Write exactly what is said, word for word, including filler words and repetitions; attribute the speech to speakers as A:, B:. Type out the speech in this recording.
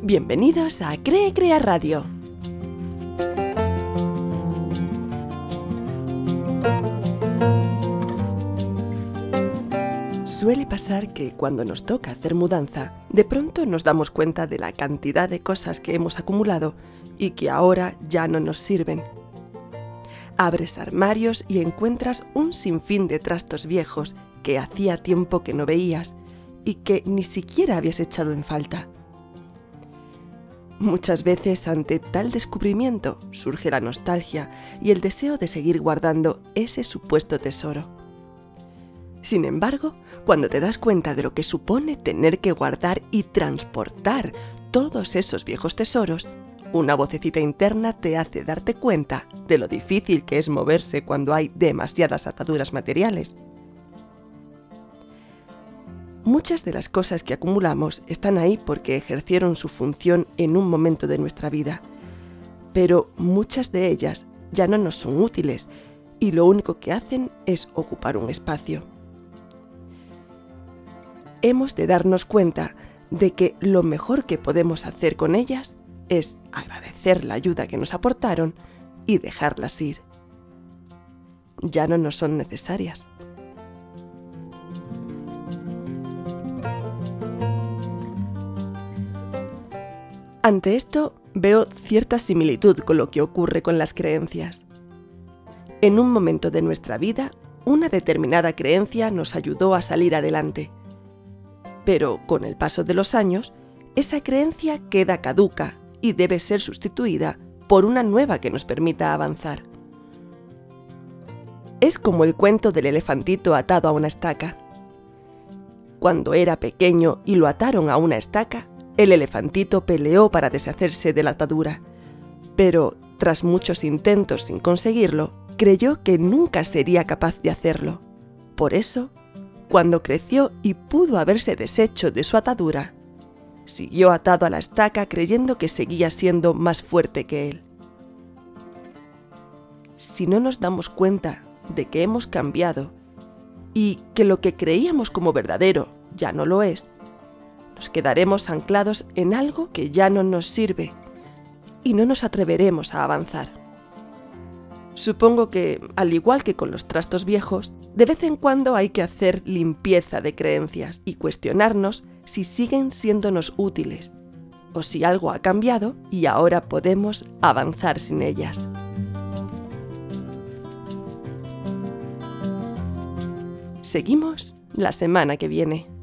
A: Bienvenidos a Cree Crea Radio. Suele pasar que cuando nos toca hacer mudanza, de pronto nos damos cuenta de la cantidad de cosas que hemos acumulado y que ahora ya no nos sirven. Abres armarios y encuentras un sinfín de trastos viejos que hacía tiempo que no veías y que ni siquiera habías echado en falta. Muchas veces ante tal descubrimiento surge la nostalgia y el deseo de seguir guardando ese supuesto tesoro. Sin embargo, cuando te das cuenta de lo que supone tener que guardar y transportar todos esos viejos tesoros, una vocecita interna te hace darte cuenta de lo difícil que es moverse cuando hay demasiadas ataduras materiales. Muchas de las cosas que acumulamos están ahí porque ejercieron su función en un momento de nuestra vida, pero muchas de ellas ya no nos son útiles y lo único que hacen es ocupar un espacio. Hemos de darnos cuenta de que lo mejor que podemos hacer con ellas es agradecer la ayuda que nos aportaron y dejarlas ir. Ya no nos son necesarias. Ante esto, veo cierta similitud con lo que ocurre con las creencias. En un momento de nuestra vida, una determinada creencia nos ayudó a salir adelante. Pero con el paso de los años, esa creencia queda caduca y debe ser sustituida por una nueva que nos permita avanzar. Es como el cuento del elefantito atado a una estaca. Cuando era pequeño y lo ataron a una estaca, el elefantito peleó para deshacerse de la atadura, pero tras muchos intentos sin conseguirlo, creyó que nunca sería capaz de hacerlo. Por eso, cuando creció y pudo haberse deshecho de su atadura, siguió atado a la estaca creyendo que seguía siendo más fuerte que él. Si no nos damos cuenta de que hemos cambiado y que lo que creíamos como verdadero ya no lo es, nos quedaremos anclados en algo que ya no nos sirve y no nos atreveremos a avanzar. Supongo que, al igual que con los trastos viejos, de vez en cuando hay que hacer limpieza de creencias y cuestionarnos si siguen siéndonos útiles o si algo ha cambiado y ahora podemos avanzar sin ellas. Seguimos la semana que viene.